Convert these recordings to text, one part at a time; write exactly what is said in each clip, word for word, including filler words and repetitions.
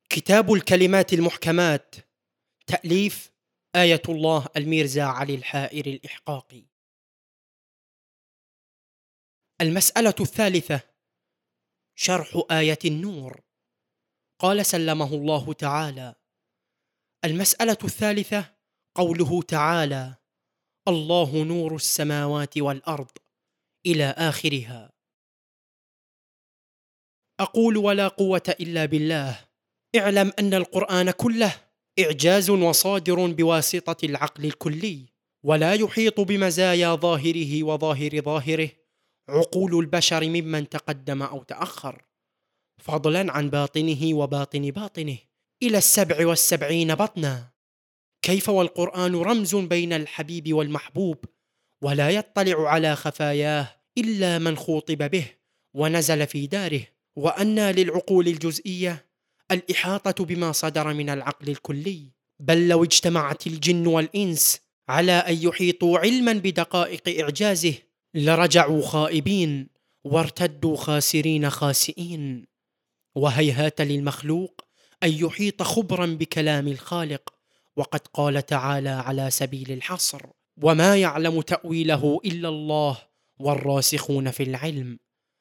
كتاب الكلمات المحكمات، تأليف آية الله الميرزا علي الحائر الإحقاقي. المسألة الثالثة: شرح آية النور. قال سلمه الله تعالى: المسألة الثالثة قوله تعالى: الله نور السماوات والأرض، إلى آخرها. أقول ولا قوة إلا بالله. اعلم أن القرآن كله إعجاز وصادر بواسطة العقل الكلي، ولا يحيط بمزايا ظاهره وظاهر ظاهره عقول البشر ممن تقدم أو تأخر، فضلا عن باطنه وباطن باطنه إلى السبع والسبعين بطنا. كيف والقرآن رمز بين الحبيب والمحبوب، ولا يطلع على خفاياه إلا من خوطب به ونزل في داره؟ وأنى للعقول الجزئية الإحاطة بما صدر من العقل الكلي؟ بل لو اجتمعت الجن والإنس على أن يحيطوا علما بدقائق إعجازه لرجعوا خائبين وارتدوا خاسرين خاسئين. وهيهات للمخلوق أن يحيط خبرا بكلام الخالق، وقد قال تعالى على سبيل الحصر: وما يعلم تأويله إلا الله والراسخون في العلم.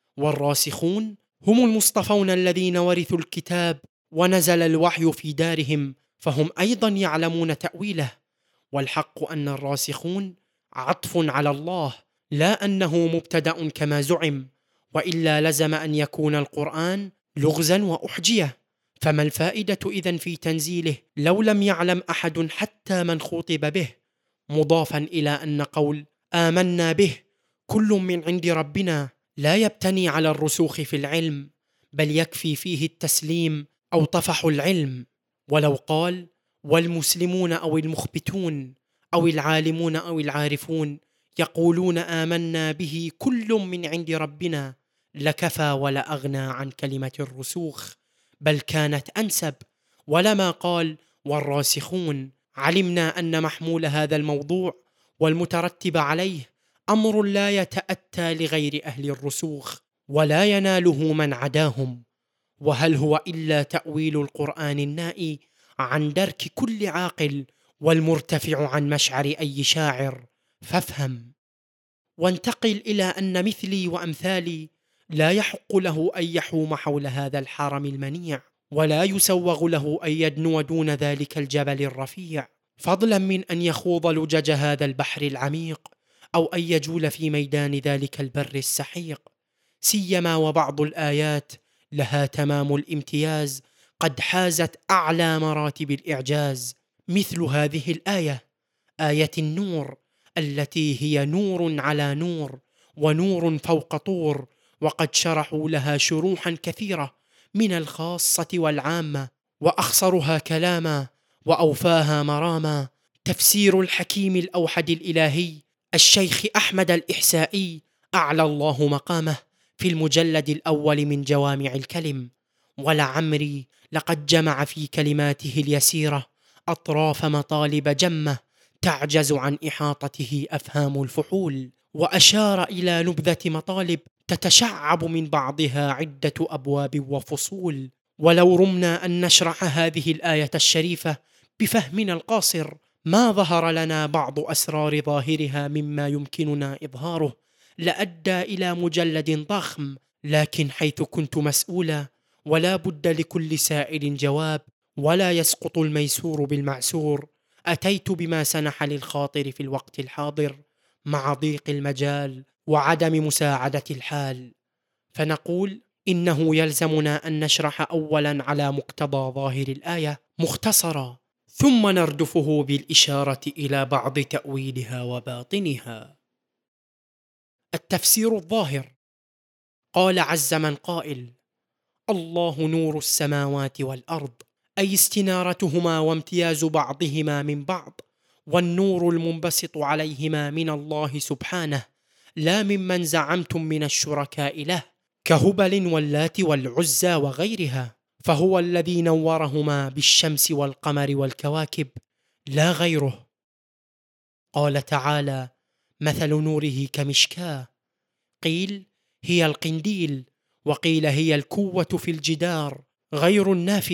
والراسخون هم المصطفون الذين ورثوا الكتاب ونزل الوحي في دارهم، فهم أيضا يعلمون تأويله. والحق أن الراسخون عطف على الله، لا أنه مبتدأ كما زعم، وإلا لزم أن يكون القرآن لغزا وأحجية. فما الفائدة إذن في تنزيله لو لم يعلم أحد حتى من خوطب به؟ مضافا إلى أن قول آمنا به كل من عند ربنا لا يبتني على الرسوخ في العلم، بل يكفي فيه التسليم أو طفح العلم. ولو قال والمسلمون أو المخبتون أو العالمون أو العارفون يقولون آمنا به كل من عند ربنا، لكفى ولا أغنى عن كلمة الرسوخ، بل كانت أنسب. ولما قال والراسخون، علمنا أن محمول هذا الموضوع والمترتب عليه أمر لا يتأتى لغير أهل الرسوخ ولا يناله من عداهم. وهل هو إلا تأويل القرآن النائي عن درك كل عاقل والمرتفع عن مشعر أي شاعر؟ فافهم وانتقل إلى أن مثلي وأمثالي لا يحق له أن يحوم حول هذا الحرم المنيع، ولا يسوغ له أن يدنو دون ذلك الجبل الرفيع، فضلا من أن يخوض لجج هذا البحر العميق، أو أن يجول في ميدان ذلك البر السحيق. سيما وبعض الآيات لها تمام الامتياز، قد حازت أعلى مراتب الإعجاز، مثل هذه الآية، آية النور، التي هي نور على نور ونور فوق طور، وقد شرحوا لها شروحا كثيرة من الخاصة والعامة، وأخصرها كلاما وأوفاها مراما تفسير الحكيم الأوحد الإلهي الشيخ أحمد الإحسائي أعلى الله مقامه في المجلد الأول من جوامع الكلم. ولعمري لقد جمع في كلماته اليسيرة أطراف مطالب جمة تعجز عن إحاطته أفهام الفحول، وأشار إلى نبذة مطالب تتشعب من بعضها عدة أبواب وفصول. ولو رمنا أن نشرح هذه الآية الشريفة بفهمنا القاصر ما ظهر لنا بعض أسرار ظاهرها مما يمكننا إظهاره، لأدى إلى مجلد ضخم. لكن حيث كنت مسؤولا ولا بد لكل سائل جواب، ولا يسقط الميسور بالمعسور، أتيت بما سنح للخاطر في الوقت الحاضر مع ضيق المجال وعدم مساعدة الحال. فنقول إنه يلزمنا أن نشرح أولا على مقتضى ظاهر الآية مختصرا، ثم نردفه بالإشارة إلى بعض تأويلها وباطنها. التفسير الظاهر. قال عز من قائل: الله نور السماوات والأرض، أي استنارتهما وامتياز بعضهما من بعض، والنور المنبسط عليهما من الله سبحانه، لا ممن زعمتم من الشركاء له كهبل واللات والعزى وغيرها، فهو الذي نورهما بالشمس والقمر والكواكب لا غيره. قال تعالى: مثل نوره كمشكاة، قيل هي القنديل، وقيل هي الكوة في الجدار غير النافذة،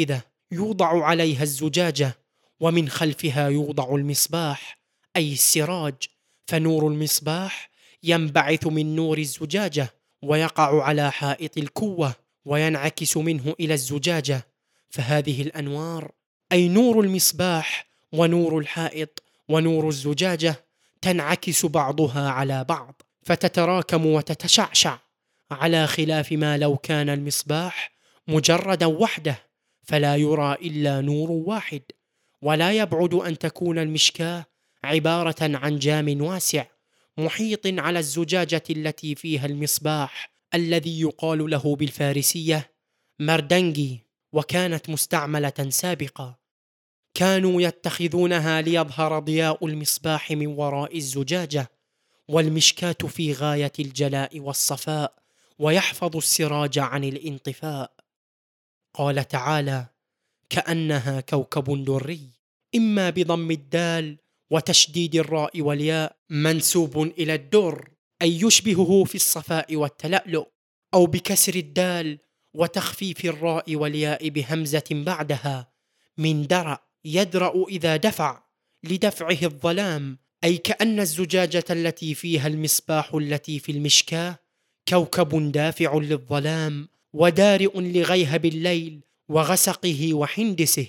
يوضع عليها الزجاجة، ومن خلفها يوضع المصباح أي السراج، فنور المصباح ينبعث من نور الزجاجة ويقع على حائط الكوة وينعكس منه إلى الزجاجة، فهذه الأنوار أي نور المصباح ونور الحائط ونور الزجاجة تنعكس بعضها على بعض فتتراكم وتتشعشع، على خلاف ما لو كان المصباح مجردا وحده فلا يرى إلا نور واحد. ولا يبعد أن تكون المشكاة عبارة عن جام واسع محيط على الزجاجة التي فيها المصباح الذي يقال له بالفارسية مردنجي، وكانت مستعملة سابقا، كانوا يتخذونها ليظهر ضياء المصباح من وراء الزجاجة، والمشكاة في غاية الجلاء والصفاء ويحفظ السراج عن الانطفاء. قال تعالى: كأنها كوكب دري، إما بضم الدال وتشديد الراء والياء منسوب إلى الدر أي يشبهه في الصفاء والتلألؤ، أو بكسر الدال وتخفيف الراء والياء بهمزة بعدها من درأ يدرأ إذا دفع لدفعه الظلام، أي كأن الزجاجة التي فيها المصباح التي في المشكاة كوكب دافع للظلام ودارئ لغيهب الليل وغسقه وحندسه.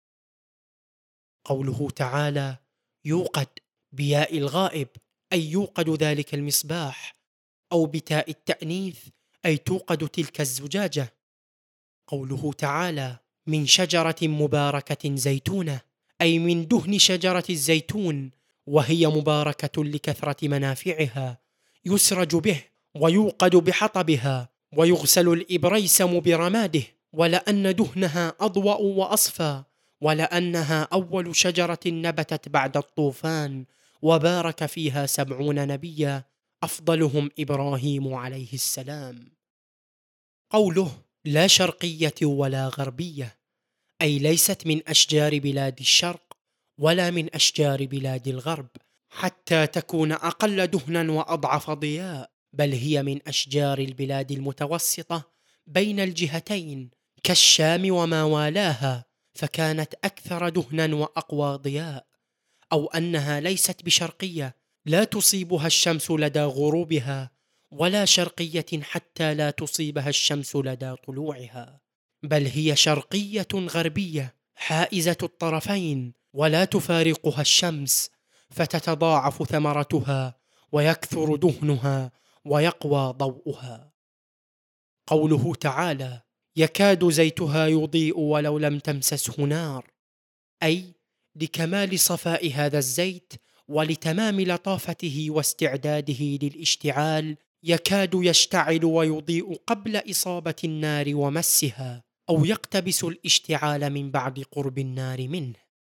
قوله تعالى: يوقد بياء الغائب أي يوقد ذلك المصباح، أو بتاء التأنيث أي توقد تلك الزجاجة. قوله تعالى: من شجرة مباركة زيتونة أي من دهن شجرة الزيتون، وهي مباركة لكثرة منافعها، يسرج به ويوقد بحطبها ويغسل الإبريسم برماده، ولأن دهنها أضوأ وأصفى، ولأنها أول شجرة نبتت بعد الطوفان وبارك فيها سبعون نبيا أفضلهم إبراهيم عليه السلام. قوله: لا شرقية ولا غربية أي ليست من أشجار بلاد الشرق ولا من أشجار بلاد الغرب حتى تكون أقل دهنا وأضعف ضياء، بل هي من أشجار البلاد المتوسطة بين الجهتين كالشام وما والاها، فكانت أكثر دهنا وأقوى ضياء. أو أنها ليست بشرقية لا تصيبها الشمس لدى غروبها، ولا شرقية حتى لا تصيبها الشمس لدى طلوعها، بل هي شرقية غربية حائزة الطرفين ولا تفارقها الشمس، فتتضاعف ثمرتها ويكثر دهنها ويقوى ضوءها. قوله تعالى: يكاد زيتها يضيء ولو لم تمسسه نار، أي لكمال صفاء هذا الزيت ولتمام لطافته واستعداده للاشتعال يكاد يشتعل ويضيء قبل إصابة النار ومسها، أو يقتبس الاشتعال من بعد قرب النار منه.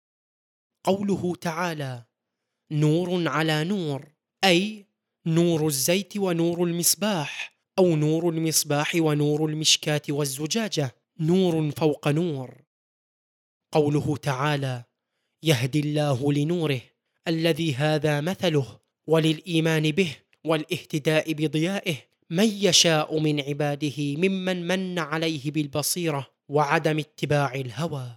قوله تعالى: نور على نور، أي نور الزيت ونور المصباح، أو نور المصباح ونور المشكاة والزجاجة نور فوق نور. قوله تعالى: يهدي الله لنوره الذي هذا مثله، وللإيمان به والاهتداء بضيائه من يشاء من عباده ممن من عليه بالبصيرة وعدم اتباع الهوى.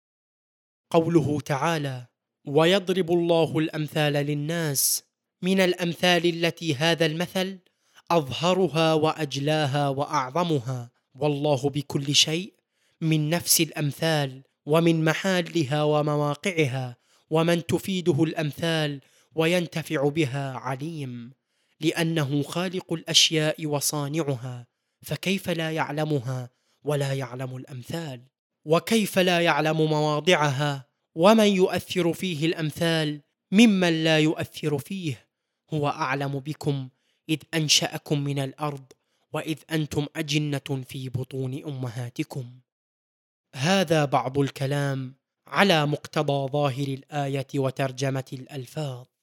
قوله تعالى: ويضرب الله الأمثال للناس، من الأمثال التي هذا المثل أظهرها وأجلاها وأعظمها، والله بكل شيء من نفس الأمثال ومن محالها ومواقعها ومن تفيده الأمثال وينتفع بها عليم، لأنه خالق الأشياء وصانعها، فكيف لا يعلمها ولا يعلم الأمثال؟ وكيف لا يعلم مواضعها ومن يؤثر فيه الأمثال ممن لا يؤثر فيه؟ هو أعلم بكم إذ أنشأكم من الأرض وإذ أنتم أجنة في بطون أمهاتكم. هذا بعض الكلام على مقتضى ظاهر الآية وترجمة الألفاظ.